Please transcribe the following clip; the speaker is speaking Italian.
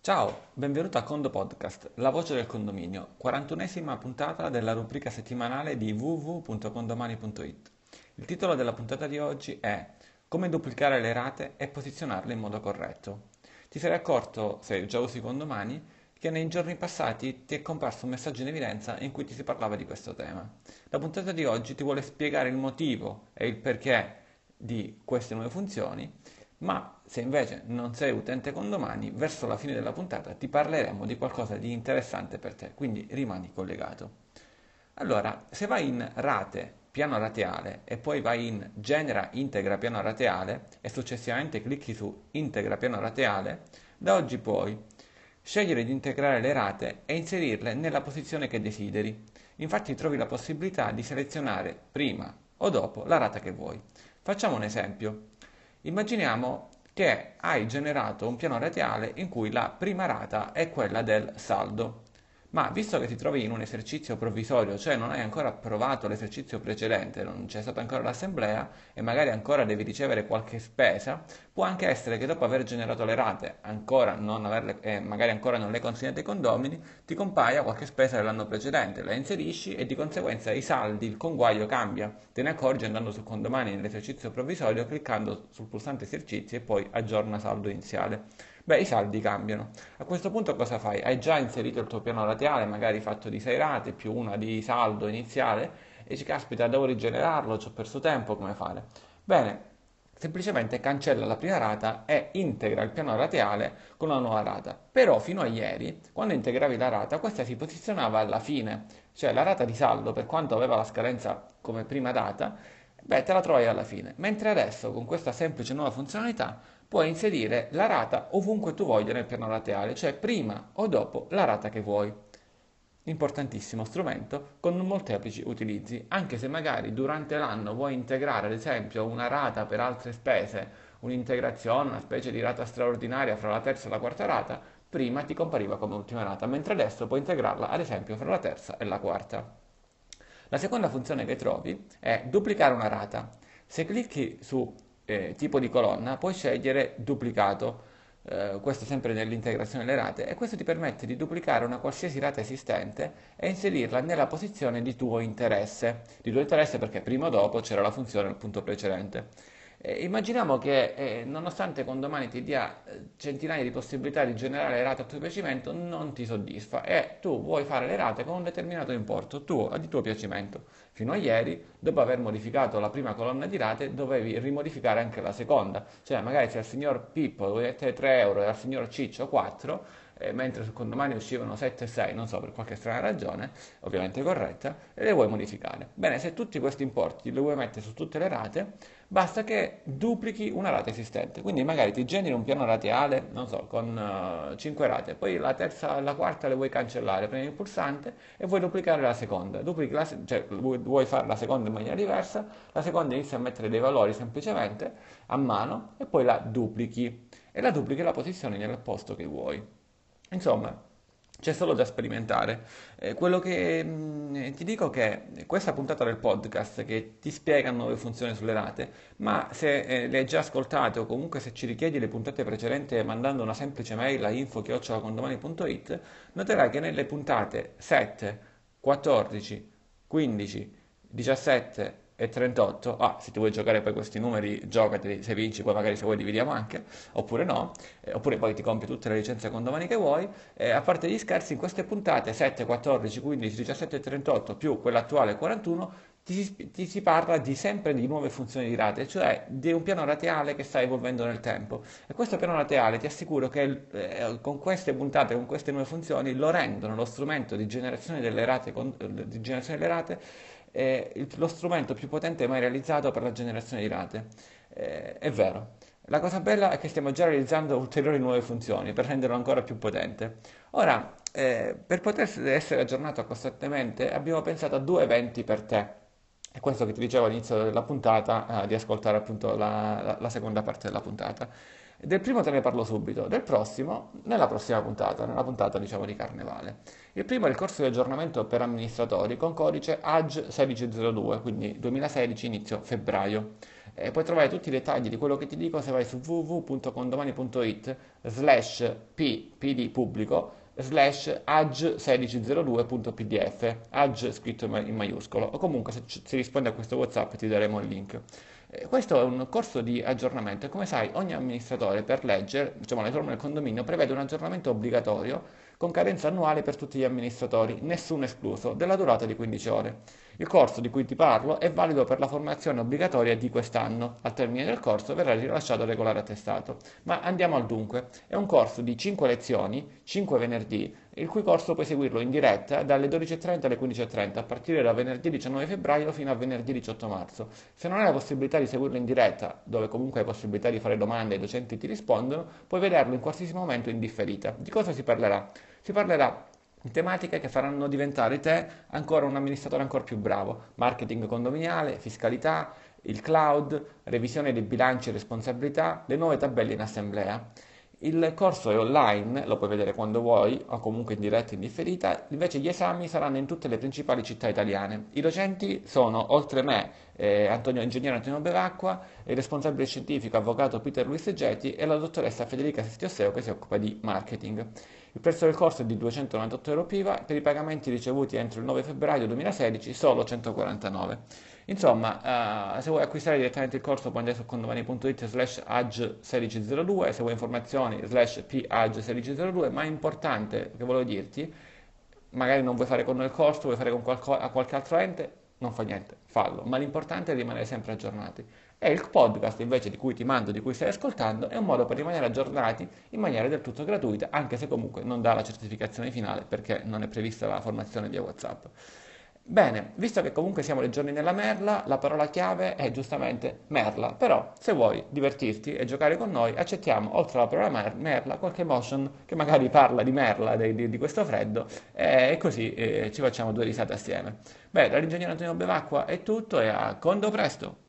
Ciao, benvenuto a Condo Podcast, la voce del condominio, 41esima puntata della rubrica settimanale di www.condomani.it. Il titolo della puntata di oggi è Come duplicare le rate e posizionarle in modo corretto. Ti sarai accorto, se già usi Condomani, che nei giorni passati ti è comparso un messaggio in evidenza in cui ti si parlava di questo tema. La puntata di oggi ti vuole spiegare il motivo e il perché di queste nuove funzioni, ma se invece non sei utente Condomani, verso la fine della puntata ti parleremo di qualcosa di interessante per te, quindi rimani collegato. Allora, se vai in rate, piano rateale e poi vai in genera integra piano rateale e successivamente clicchi su integra piano rateale, da oggi puoi scegliere di integrare le rate e inserirle nella posizione che desideri. Infatti trovi la possibilità di selezionare prima o dopo la rata che vuoi. Facciamo un esempio. Immaginiamo che hai generato un piano rateale in cui la prima rata è quella del saldo. Ma visto che ti trovi in un esercizio provvisorio, cioè non hai ancora approvato l'esercizio precedente, non c'è stata ancora l'assemblea e magari ancora devi ricevere qualche spesa, può anche essere che dopo aver generato le rate, ancora non averle, magari ancora non le consegnate ai condomini, ti compaia qualche spesa dell'anno precedente, la inserisci e di conseguenza i saldi, il conguaglio cambia. Te ne accorgi andando su condomani nell'esercizio provvisorio, cliccando sul pulsante esercizi e poi aggiorna saldo iniziale. Beh, i saldi cambiano. A questo punto cosa fai? Hai già inserito il tuo piano rateale, magari fatto di 6 rate più una di saldo iniziale e dici, caspita, devo rigenerarlo, ci ho perso tempo, come fare? Bene, semplicemente cancella la prima rata e integra il piano rateale con una nuova rata. Però fino a ieri, quando integravi la rata, questa si posizionava alla fine, cioè la rata di saldo, per quanto aveva la scadenza come prima data, beh, te la trovi alla fine. Mentre adesso, con questa semplice nuova funzionalità, puoi inserire la rata ovunque tu voglia nel piano rateale, cioè prima o dopo la rata che vuoi. Importantissimo strumento con molteplici utilizzi, anche se magari durante l'anno vuoi integrare ad esempio una rata per altre spese, un'integrazione, una specie di rata straordinaria fra la terza e la quarta rata, prima ti compariva come ultima rata, mentre adesso puoi integrarla ad esempio fra la terza e la quarta. La seconda funzione che trovi è duplicare una rata. Se clicchi su tipo di colonna, puoi scegliere duplicato, questo sempre nell'integrazione delle rate, e questo ti permette di duplicare una qualsiasi rata esistente e inserirla nella posizione di tuo interesse perché prima o dopo c'era la funzione al punto precedente. Immaginiamo che nonostante Condomani ti dia centinaia di possibilità di generare rate a tuo piacimento, non ti soddisfa e tu vuoi fare le rate con un determinato importo di tuo piacimento. Fino a ieri, dopo aver modificato la prima colonna di rate, dovevi rimodificare anche la seconda. Cioè magari se al signor Pippo dovevi mettere 3 euro e al signor Ciccio 4, mentre su Condomani uscivano 7 e 6, non so, per qualche strana ragione, ovviamente corretta, e le vuoi modificare. Bene, se tutti questi importi li vuoi mettere su tutte le rate, basta che duplichi una rata esistente. Quindi magari ti generi un piano rateale, non so, con 5 rate, poi la terza e la quarta le vuoi cancellare, prendi il pulsante e vuoi duplicare la seconda. Cioè vuoi fare la seconda in maniera diversa, la seconda inizia a mettere dei valori semplicemente a mano e poi la duplichi. E la duplichi e la posizioni nel posto che vuoi. Insomma, c'è solo da sperimentare. Quello che ti dico è che questa puntata del podcast che ti spiega nuove funzioni sulle rate, ma se le hai già ascoltate o comunque se ci richiedi le puntate precedenti mandando una semplice mail a info@condomani.it, noterai che nelle puntate 7, 14, 15, 17 e 38, se ti vuoi giocare poi questi numeri, giocateli, se vinci poi magari se vuoi dividiamo anche, oppure no, oppure poi ti compri tutte le licenze con domani che vuoi, a parte gli scherzi, in queste puntate 7, 14, 15, 17 e 38 più quella attuale 41, ti si parla di sempre di nuove funzioni di rate, cioè di un piano rateale che sta evolvendo nel tempo. E questo piano rateale ti assicuro che con queste puntate, con queste nuove funzioni, lo rendono lo strumento di generazione delle rate, di generazione delle rate lo strumento più potente mai realizzato per la generazione di rate. È vero. La cosa bella è che stiamo già realizzando ulteriori nuove funzioni per renderlo ancora più potente. Ora, per poter essere aggiornato costantemente, abbiamo pensato a due eventi per te. È questo che ti dicevo all'inizio della puntata, di ascoltare appunto la seconda parte della puntata. Del primo te ne parlo subito, del prossimo nella prossima puntata, nella puntata diciamo di Carnevale. Il primo è il corso di aggiornamento per amministratori con codice AG 1602, quindi 2016 inizio febbraio. Puoi trovare tutti i dettagli di quello che ti dico se vai su www.condomani.it/p di pubblico /ag1602.pdf, ag scritto in maiuscolo, o comunque se si risponde a questo WhatsApp ti daremo il link. Questo è un corso di aggiornamento e come sai ogni amministratore per legge, diciamo le norme del condominio, prevede un aggiornamento obbligatorio con cadenza annuale per tutti gli amministratori, nessuno escluso, della durata di 15 ore. Il corso di cui ti parlo è valido per la formazione obbligatoria di quest'anno. Al termine del corso verrà rilasciato il regolare attestato. Ma andiamo al dunque. È un corso di 5 lezioni, 5 venerdì, il cui corso puoi seguirlo in diretta dalle 12.30 alle 15.30 a partire da venerdì 19 febbraio fino a venerdì 18 marzo. Se non hai la possibilità di seguirlo in diretta, dove comunque hai possibilità di fare domande e i docenti ti rispondono, puoi vederlo in qualsiasi momento in differita. Di cosa si parlerà? Si parlerà di tematiche che faranno diventare te ancora un amministratore ancora più bravo: marketing condominiale, fiscalità, il cloud, revisione dei bilanci e responsabilità, le nuove tabelle in assemblea. Il corso è online, lo puoi vedere quando vuoi o comunque in diretta e in differita, invece gli esami saranno in tutte le principali città italiane. I docenti sono, oltre me, ingegnere Antonio Bevacqua, il responsabile scientifico avvocato Peter Luis Geti e la dottoressa Federica Sestiosseo che si occupa di marketing. Il prezzo del corso è di 298 euro PIVA, per i pagamenti ricevuti entro il 9 febbraio 2016 solo 149. Insomma, se vuoi acquistare direttamente il corso puoi andare su condomani.it/ag1602, se vuoi informazioni /pag1602, ma è importante che volevo dirti, magari non vuoi fare con noi il corso, vuoi fare con qualche altro ente, non fa niente, fallo, ma l'importante è rimanere sempre aggiornati. E il podcast invece di cui ti mando, di cui stai ascoltando, è un modo per rimanere aggiornati in maniera del tutto gratuita, anche se comunque non dà la certificazione finale perché non è prevista la formazione via WhatsApp. Bene, visto che comunque siamo dei giorni nella merla, la parola chiave è giustamente merla, però se vuoi divertirti e giocare con noi, accettiamo oltre alla parola merla qualche emotion che magari parla di merla, di questo freddo, e così ci facciamo due risate assieme. Beh, dall'ingegnere Antonio Bevacqua è tutto e a condo presto!